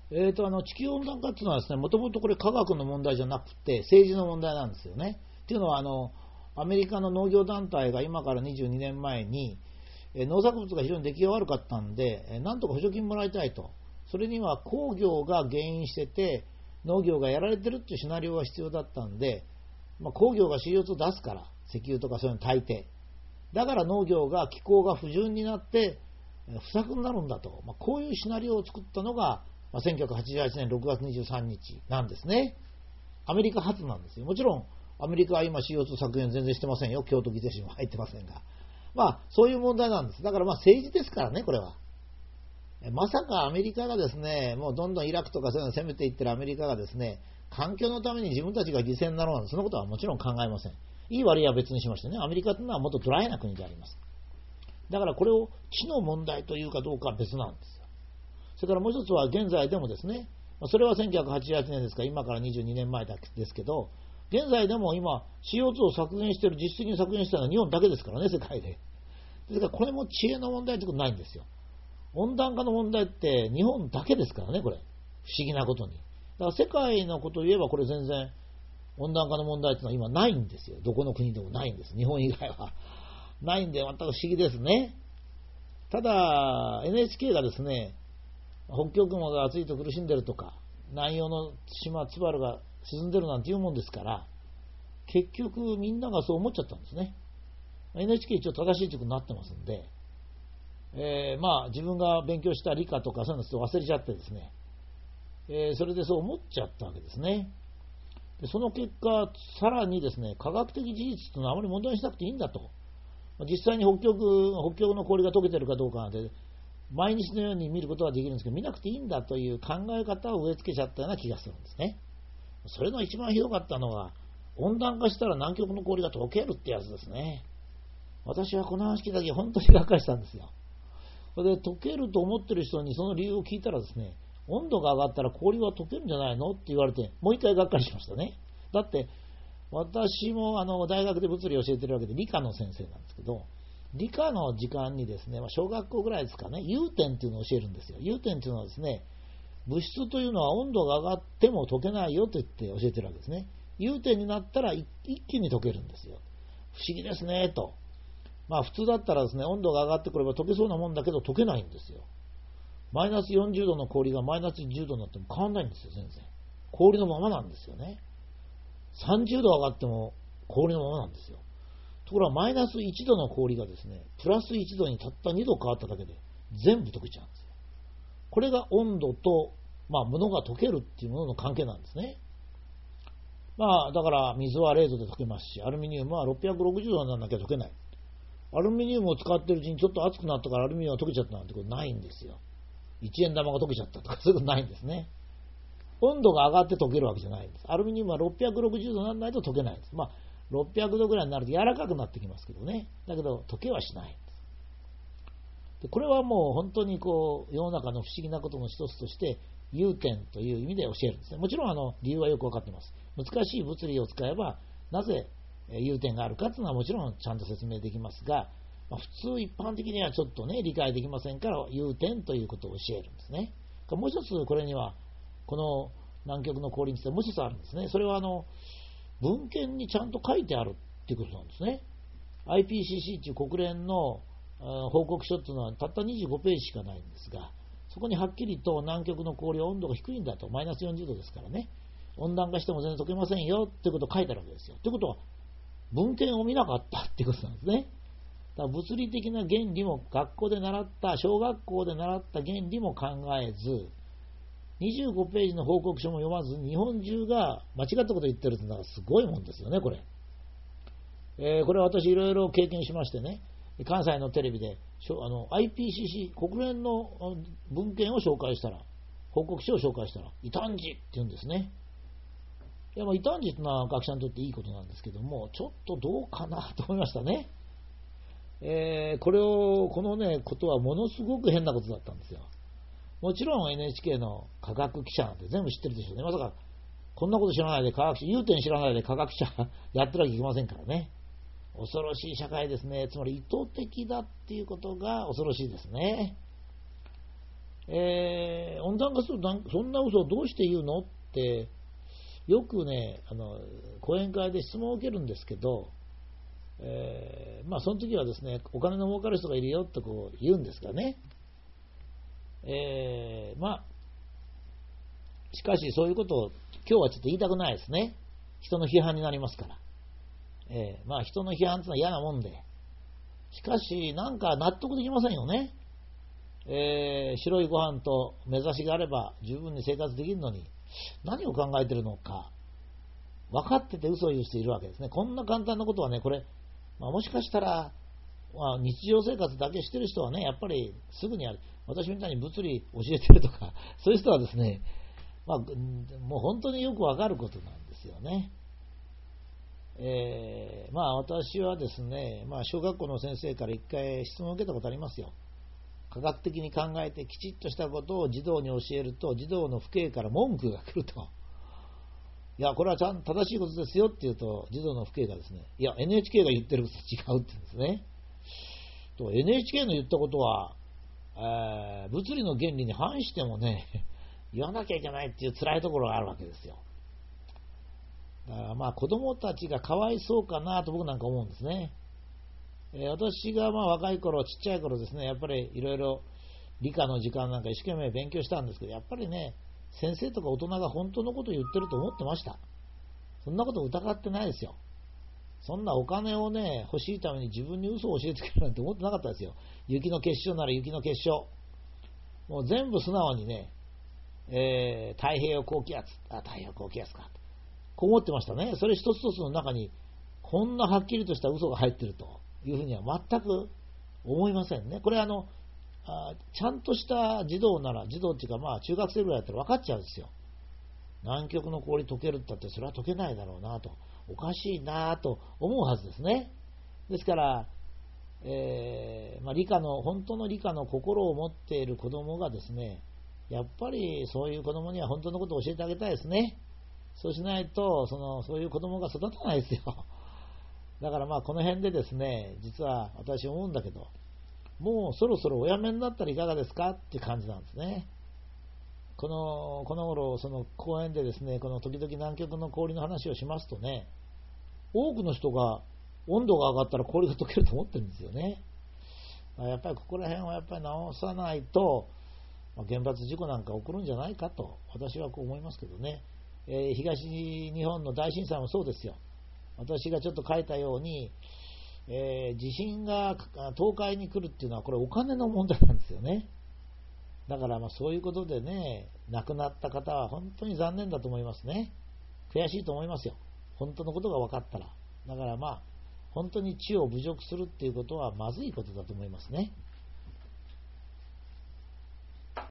地球温暖化っていうのはですね、もともとこれ科学の問題じゃなくて政治の問題なんですよね。っていうのはアメリカの農業団体が今から22年前に農作物が非常に出来が悪かったんで、なんとか補助金もらいたいと。それには工業が原因してて農業がやられてるっていうシナリオが必要だったんで、工業が CO2 を出すから、石油とかそういうの大抵だから農業が気候が不順になって不作になるんだと、こういうシナリオを作ったのが、1988年6月23日なんですね。アメリカ初なんですよ。もちろんアメリカは今 CO2 削減全然してませんよ。京都議定書も入ってませんが、そういう問題なんです。だから政治ですからね、これは。まさかアメリカがですね、もうどんどんイラクとかそういうのを攻めていってるアメリカがですね、環境のために自分たちが犠牲になろうなんて、そんなことはもちろん考えません。いい悪いは別にしましてね、アメリカというのはもっとドライな国であります。だからこれを知の問題というかどうかは別なんですよ。それからもう一つは現在でもですね、それは1988年ですから今から22年前ですけど、現在でも今 CO2 を削減している、実質的に削減しているのは日本だけですからね、世界で。ですからこれも知恵の問題ということないんですよ。温暖化の問題って日本だけですからね、これ。不思議なことに。だから世界のことを言えばこれ全然温暖化の問題っていうのは今ないんですよ。どこの国でもないんです。日本以外は。ないんで全く不思議ですね。ただ NHK がですね、北極雲が暑いと苦しんでるとか、南洋の島津軽が沈んでるなんていうもんですから、結局みんながそう思っちゃったんですね。NHK 一応正しいということになってますんで、自分が勉強した理科とかそういうの忘れちゃってですね、それでそう思っちゃったわけですね。でその結果、さらにですね、科学的事実というのはあまり問題にしなくていいんだと。実際に北極の氷が溶けてるかどうかなんて毎日のように見ることはできるんですけど、見なくていいんだという考え方を植え付けちゃったような気がするんですね。それの一番ひどかったのが、温暖化したら南極の氷が溶けるってやつですね。私はこの話聞いた時本当にがっかりしたんですよ。それで溶けると思ってる人にその理由を聞いたらですね、温度が上がったら氷は溶けるんじゃないのって言われて、もう一回がっかりしましたね。だって私も大学で物理を教えてるわけで理科の先生なんですけど、理科の時間にですね、小学校ぐらいですかね、融点っていうのを教えるんですよ。融点っていうのはですね、物質というのは温度が上がっても溶けないよと言って教えてるわけですね。融点になったら一気に溶けるんですよ。不思議ですねと。普通だったらですね、温度が上がってくれば溶けそうなもんだけど溶けないんですよ。マイナス40度の氷がマイナス10度になっても変わんないんですよ、全然。氷のままなんですよね。30度上がっても氷のままなんですよ。ところがマイナス1度の氷がですね、プラス1度にたった2度変わっただけで全部溶けちゃうんですよ。これが温度と、物が溶けるっていうものの関係なんですね。だから水は0度で溶けますし、アルミニウムは660度にならなきゃ溶けない。アルミニウムを使ってるうちにちょっと熱くなったからアルミニウムが溶けちゃったなんてことないんですよ。1円玉が溶けちゃったとかそういうことないんですね。温度が上がって溶けるわけじゃないんです。アルミニウムは660度にならないと溶けないんです。600度ぐらいになると柔らかくなってきますけどね。だけど溶けはしないんです。でこれはもう本当に世の中の不思議なことの一つとして融点という意味で教えるんですね。もちろん理由はよく分かっています。難しい物理を使えばなぜ融点があるかというのはもちろんちゃんと説明できますが、普通一般的にはちょっとね理解できませんから融点ということを教えるんですね。もう一つこれにはこの南極の氷についてもう一つあるんですね。それは文献にちゃんと書いてあるっていうことなんですね。IPCC という国連の報告書というのはたった25ページしかないんですが、そこにはっきりと南極の氷は温度が低いんだと、マイナス40度ですからね、温暖化しても全然溶けませんよということを書いてあるわけですよ。ということは文献を見なかったっていうことなんですね。だから物理的な原理も学校で習った、小学校で習った原理も考えず、25ページの報告書も読まず日本中が間違ったことを言ってるというのはすごいもんですよね、これ。これは私いろいろ経験しましてね、関西のテレビでIPCC 国連の文献を紹介したら、報告書を紹介したら異端児って言うんですね。いや異端児というのは学者にとっていいことなんですけども、ちょっとどうかなと思いましたね。このことはものすごく変なことだったんですよ。もちろん NHK の科学記者なんて全部知ってるでしょうね。まさかこんなこと知らないで科学者、融点知らないで科学者やってるわけいけませんからね。恐ろしい社会ですね。つまり意図的だっていうことが恐ろしいですね。 温暖化するとそんな嘘をどうして言うのって、よくね、講演会で質問を受けるんですけど、その時はですね、お金の儲かる人がいるよってこう言うんですがね、しかしそういうことを今日はちょっと言いたくないですね。人の批判になりますから。人の批判ってのは嫌なもんで。しかし、なんか納得できませんよね。白いご飯と目指しがあれば十分に生活できるのに、何を考えてるのか。分かってて嘘を言う人いるわけですね。こんな簡単なことはね、これ、もしかしたら、日常生活だけしてる人はね、やっぱりすぐに私みたいに物理教えてるとか、そういう人はですね、もう本当によくわかることなんですよね。私はですね、小学校の先生から一回質問を受けたことありますよ。科学的に考えてきちっとしたことを児童に教えると、児童の父兄から文句が来ると。いや、これは正しいことですよって言うと、児童の父兄がですね、いや、NHK が言ってることと違うって言うんですね。と NHK の言ったことは、物理の原理に反してもね、言わなきゃいけないっていう辛いところがあるわけですよ。だから子供たちがかわいそうかなと僕なんか思うんですね。私が若い頃、ちっちゃい頃ですね、やっぱりいろいろ理科の時間なんか一生懸命勉強したんですけど、やっぱりね、先生とか大人が本当のことを言ってると思ってました。そんなこと疑ってないですよ。そんなお金をね、欲しいために自分に嘘を教えてくれるなんて思ってなかったですよ。雪の結晶なら雪の結晶。もう全部素直にね、太平洋高気圧、太平洋高気圧か。こう思ってましたね。それ一つ一つの中に、こんなはっきりとした嘘が入ってるというふうには全く思いませんね。これちゃんとした児童なら、児童っていうか中学生ぐらいだったら分かっちゃうんですよ。南極の氷溶けるって言ったってそれは溶けないだろうなと、おかしいなと思うはずですね。ですから、本当の理科の心を持っている子供がですね、やっぱりそういう子供には本当のことを教えてあげたいですね。そうしないとそういう子供が育たないですよ。だからこの辺でですね、実は私思うんだけど、もうそろそろおやめになったらいかがですかって感じなんですね。この頃、その講演でですね、この時々南極の氷の話をしますとね、多くの人が温度が上がったら氷が溶けると思ってるんですよね。やっぱりここら辺はやっぱり直さないと、原発事故なんか起こるんじゃないかと私はこう思いますけどね。東日本の大震災もそうですよ。私がちょっと書いたように、地震が東海に来るっていうのはこれお金の問題なんですよね。だからそういうことでね、亡くなった方は本当に残念だと思いますね。悔しいと思いますよ。本当のことが分かったら。だから本当に地を侮辱するっていうことはまずいことだと思いますね。